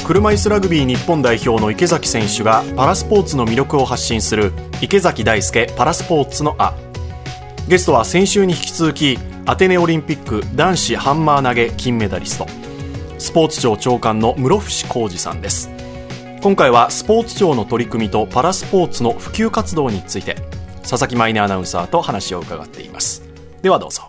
車椅子ラグビー日本代表の池崎選手がパラスポーツの魅力を発信する池崎大輔パラスポーツのあ。ゲストは先週に引き続きアテネオリンピック男子ハンマー投げ金メダリスト、スポーツ庁長官の室伏広治さんです。今回はスポーツ庁の取り組みとパラスポーツの普及活動について佐々木舞音アナウンサーと話を伺っています。ではどうぞ。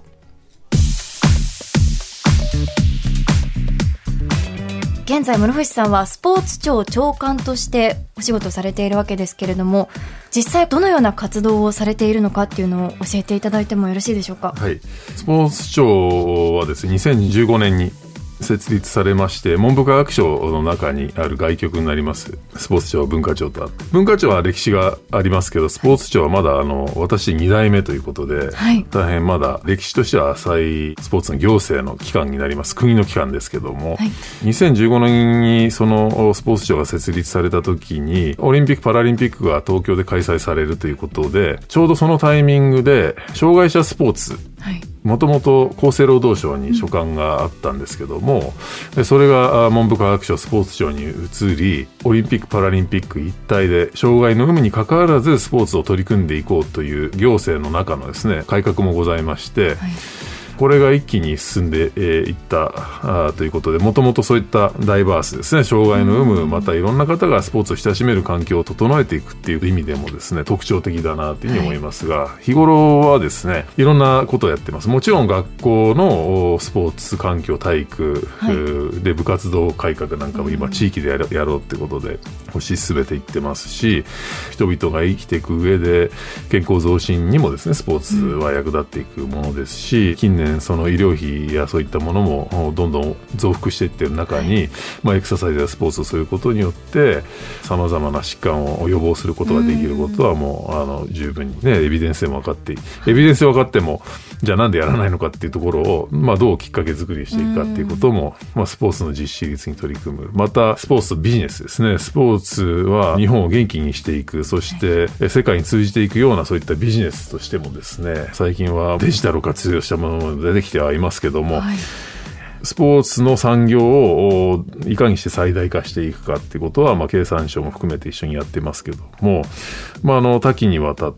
現在室伏さんはスポーツ庁長官としてお仕事されているわけですけれども、実際どのような活動をされているのかっていうのを教えていただいてもよろしいでしょうか。 はい、スポーツ庁はですね、2015年に設立されまして、文部科学省の中にある外局になりますスポーツ庁文化庁とあって、文化庁は歴史がありますけど、スポーツ庁はまだ私2代目ということで、はい、大変まだ歴史としては浅いスポーツの行政の機関になります。国の機関ですけども、はい、2015年にそのスポーツ庁が設立された時にオリンピックパラリンピックが東京で開催されるということで、ちょうどそのタイミングで障害者スポーツ、もともと厚生労働省に所管があったんですけども、それが文部科学省スポーツ庁に移り、オリンピックパラリンピック一体で障害の有無に関わらずスポーツを取り組んでいこうという行政の中のですね、改革もございまして、これが一気に進んでいったということで、もともとそういったダイバースですね、障害の有無、またいろんな方がスポーツを親しめる環境を整えていくっていう意味でもですね、特徴的だなというふうに思いますが、日頃はですね、いろんなことをやってます。もちろん学校のスポーツ環境、体育で部活動改革なんかも今地域でやろうってことで推し進めていってますし、人々が生きていく上で健康増進にもですね、スポーツは役立っていくものですし、近年その医療費やそういったものもどんどん増幅していっている中に、エクササイズやスポーツをすることによってさまざまな疾患を予防することができることはもう十分にね、エビデンスでも分かってエビデンスで分かっても、じゃあなんでやらないのかっていうところを、どうきっかけ作りしていくかっていうことも、スポーツの実施率に取り組む。またスポーツとビジネスですね。スポーツは日本を元気にしていく、そして世界に通じていくようなそういったビジネスとしてもですね、最近はデジタルを活用したものも出てきてはいますけども、スポーツの産業をいかにして最大化していくかっていうことは、経産省も含めて一緒にやってますけども、多岐にわたって、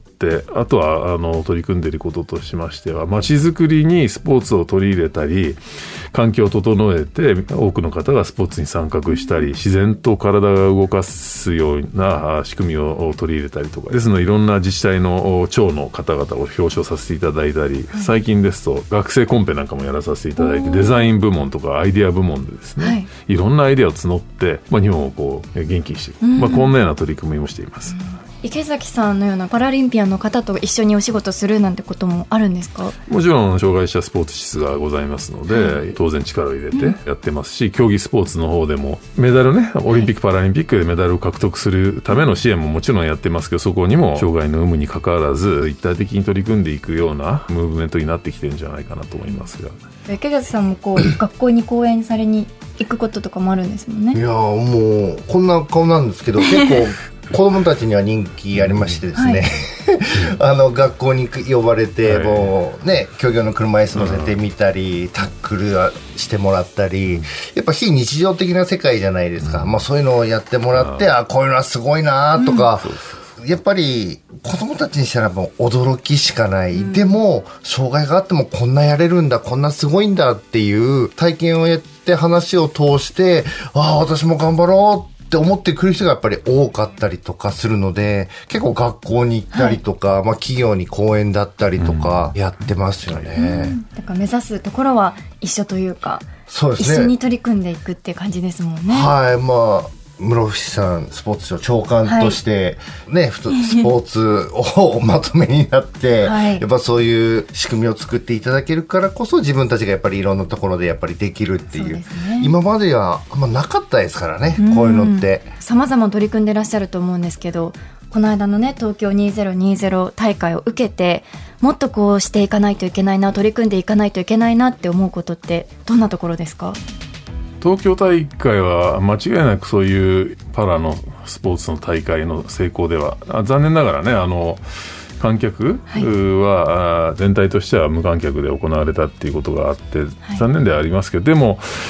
あとは取り組んでいることとしましては、街づくりにスポーツを取り入れたり、環境を整えて多くの方がスポーツに参画したり、自然と体が動かすような仕組みを取り入れたりとかですので、いろんな自治体の長の方々を表彰させていただいたり、最近ですと学生コンペなんかもやらさせていただいて、デザイン部門とかアイデア部門でですね、いろんなアイデアを募って、日本を元気にしていく、こんなような取り組みもしています。 池崎さんのようなパラリンピアンの方と一緒にお仕事するなんてこともあるんですか？ もちろん障害者スポーツ室がございますので、当然力を入れてやってますし、競技スポーツの方でもメダルね、オリンピックパラリンピックでメダルを獲得するための支援ももちろんやってますけど、そこにも障害の有無に関わらず一体的に取り組んでいくようなムーブメントになってきてるんじゃないかなと思いますが、 池崎さんも学校に講演されに行くこととかもあるんですもんね。 いやもうこんな顔なんですけど、結構子供たちには人気ありましてですね、学校に呼ばれて、もうね、競技の車椅子乗せてみたり、タックルしてもらったり、やっぱ非日常的な世界じゃないですか。そういうのをやってもらって、こういうのはすごいなとか、やっぱり子供たちにしたらもう驚きしかない、でも障害があってもこんなやれるんだ、こんなすごいんだっていう体験をやって話を通して、私も頑張ろうって思ってくる人がやっぱり多かったりとかするので、結構学校に行ったりとか、企業に講演だったりとかやってますよね。 だから目指すところは一緒というか、 そうですね、 一緒に取り組んでいくっていう感じですもんね。 室伏さん、スポーツ庁長官として、スポーツをまとめになって、やっぱそういう仕組みを作っていただけるからこそ、自分たちがやっぱりいろんなところでやっぱりできるっていう、今まではあんまなかったですからね、こういうのって。 様々取り組んでらっしゃると思うんですけど、この間のね、東京2020大会を受けて、もっとこうしていかないといけないな、取り組んでいかないといけないなって思うことってどんなところですか？ 東京大会は間違いなくそういうパラのスポーツの大会の成功では、残念ながらね、観客は全体としては無観客で行われたっていうことがあって、残念ではありますけど、でも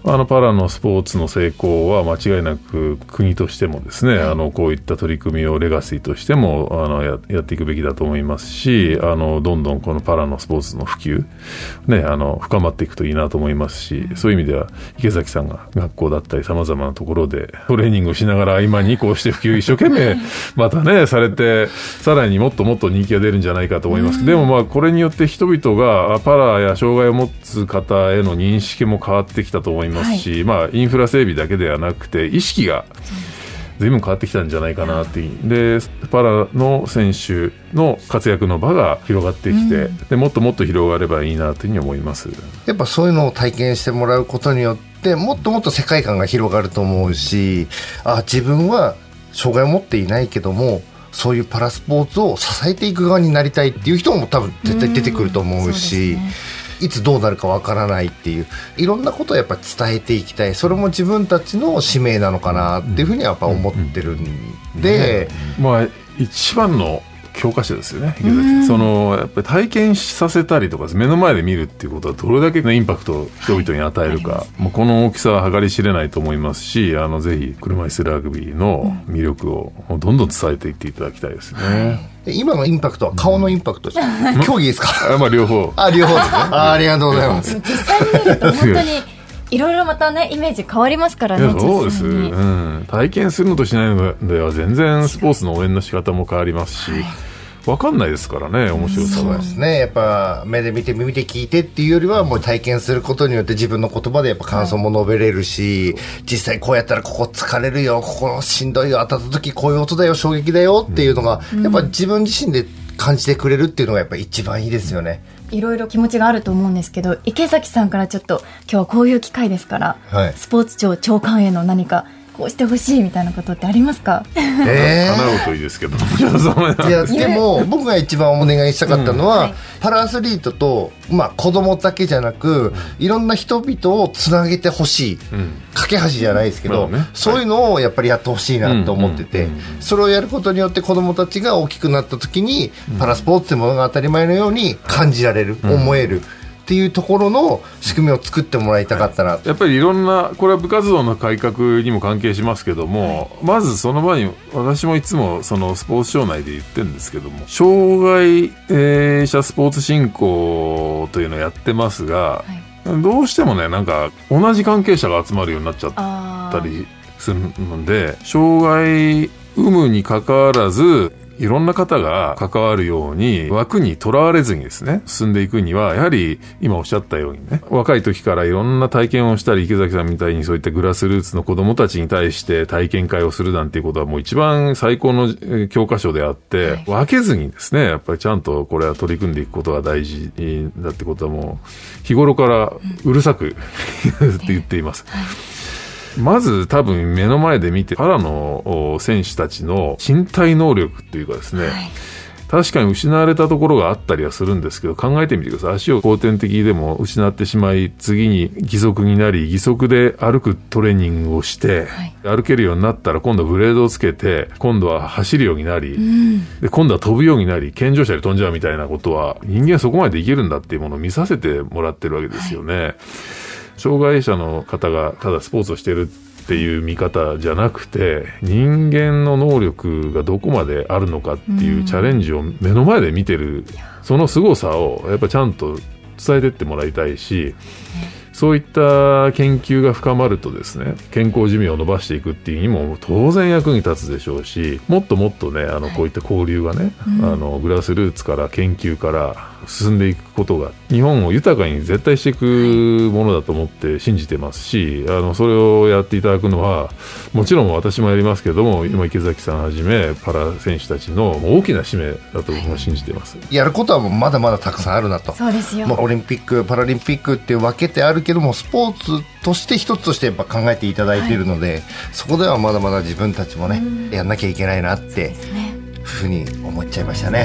パラのスポーツの成功は間違いなく国としてもですね、こういった取り組みをレガシーとしてもやっていくべきだと思いますし、どんどんこのパラのスポーツの普及、ね、深まっていくといいなと思いますし、そういう意味では池崎さんが学校だったり様々なところでトレーニングをしながら合間にこうして普及一生懸命またねされて、さらにもっともっと人気が出るんじゃないかと思います。でもまあこれによって人々がパラや障害を持つ方への認識も変わってきたと思いますし、まあインフラ整備だけではなくて意識が随分変わってきたんじゃないかなっていう。でパラの選手の活躍の場が広がってきて、でもっともっと広がればいいなというふうに思います。 やっぱそういうのを体験してもらうことによってもっともっと世界観が広がると思うし、自分は障害を持っていないけどもそういうパラスポーツを支えていく側になりたいっていう人も多分絶対出てくると思うし、いつどうなるかわからないっていういろんなことをやっぱり伝えていきたい、それも自分たちの使命なのかなっていうふうにはやっぱ思ってるんで、 まあ一番の教科書ですよね。やっぱり体験させたりとか目の前で見るっていうことはどれだけのインパクトを人々に与えるか、もうこの大きさは計り知れないと思いますし、ぜひ車椅子ラグビーの魅力をどんどん伝えていっていただきたいですね。 今のインパクトは顔のインパクトですか、競技ですか？ まあ両方。 両方ですね。ありがとうございます。 実際に見ると本当にいろいろまたねイメージ変わりますからね。 そうです、体験するのとしないのでは全然スポーツの応援の仕方も変わりますし、分かんないですからね、面白さが。 そうですね、やっぱ目で見て耳で聞いてっていうよりはもう体験することによって自分の言葉でやっぱ感想も述べれるし、実際こうやったらここ疲れるよ、ここしんどいよ、当たった時こういう音だよ、衝撃だよっていうのが、やっぱ自分自身で感じてくれるっていうのがやっぱ一番いいですよね。 いろいろ気持ちがあると思うんですけど、池崎さんからちょっと今日はこういう機会ですから、スポーツ庁長官への何かこうしてほしいみたいなことってありますか？ 叶うといいですけどいやでも僕が一番お願いしたかったのは、パラアスリートと、子供だけじゃなく、いろんな人々をつなげてほしい、架け橋じゃないですけど、そういうのをやっぱりやってほしいなと思ってて、それをやることによって子供たちが大きくなった時に、パラスポーツというものが当たり前のように感じられる、思えるっていうところの仕組みを作ってもらいたかったな。 やっぱりいろんな、これは部活動の改革にも関係しますけども、まずその場に私もいつもそのスポーツ庁内で言ってるんですけども、障害者スポーツ振興というのをやってますが、どうしてもねなんか同じ関係者が集まるようになっちゃったりするので、障害有無に関わらずいろんな方が関わるように枠にとらわれずにですね進んでいくには、やはり今おっしゃったようにね、若い時からいろんな体験をしたり、池崎さんみたいにそういったグラスルーツの子どもたちに対して体験会をするなんていうことはもう一番最高の教科書であって、分けずにですねやっぱりちゃんとこれは取り組んでいくことが大事だってことはもう日頃からうるさくって言っています。まず多分目の前で見てパラの選手たちの身体能力っていうかですね、確かに失われたところがあったりはするんですけど、考えてみてください。足を後天的でも失ってしまい、次に義足になり、義足で歩くトレーニングをして、歩けるようになったら今度ブレードをつけて、今度は走るようになり、で今度は飛ぶようになり、健常者で飛んじゃうみたいなことは、人間はそこまでできるんだっていうものを見させてもらってるわけですよね。障害者の方がただスポーツをしているっていう見方じゃなくて、人間の能力がどこまであるのかっていうチャレンジを目の前で見てる、その凄さをやっぱちゃんと伝えてってもらいたいし、そういった研究が深まるとですね、健康寿命を伸ばしていくっていうにも当然役に立つでしょうし、もっともっとねこういった交流がね、グラスルーツから研究から進んでいくことが日本を豊かに絶対していくものだと思って信じてますし、それをやっていただくのはもちろん私もやりますけども、今池崎さんはじめパラ選手たちの大きな使命だと僕は信じています。 やることはもうまだまだたくさんあるなと。 そうですよ。 オリンピックパラリンピックって分けてあるけども、スポーツとして一つとしてやっぱ考えていただいているので、そこではまだまだ自分たちもね、やんなきゃいけないなってふうに思っちゃいましたね。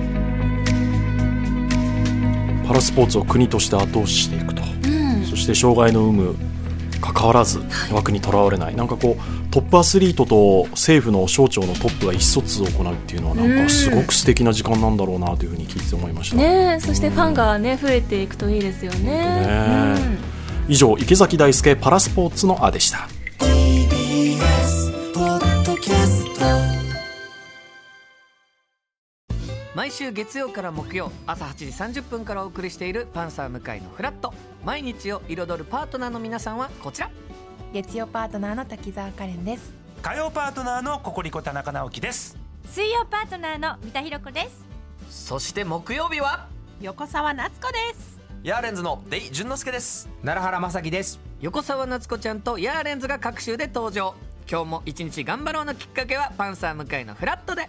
パラスポーツを国として後押ししていくと、そして障害の有無関わらず枠にとらわれない、なんかこうトップアスリートと政府の省庁のトップが意思疎通を行うっていうのはなんかすごく素敵な時間なんだろうなというふうに聞いて思いましたね。 そしてファンがね増えていくといいですよね。 以上、池崎大輔パラスポーツのあでした。 毎週月曜から木曜朝8時30分からお送りしているパンサー向井のフラット。毎日を彩るパートナーの皆さんはこちら。 月曜パートナーの滝沢カレンです。 火曜パートナーのココリコ田中直樹です。 水曜パートナーの三田寛子です。 そして木曜日は横澤夏子です。 ヤーレンズのデイ淳之介です。 奈良原正樹です。 横澤夏子ちゃんとヤーレンズが各週で登場。今日も一日頑張ろうのきっかけはパンサー向井のフラットで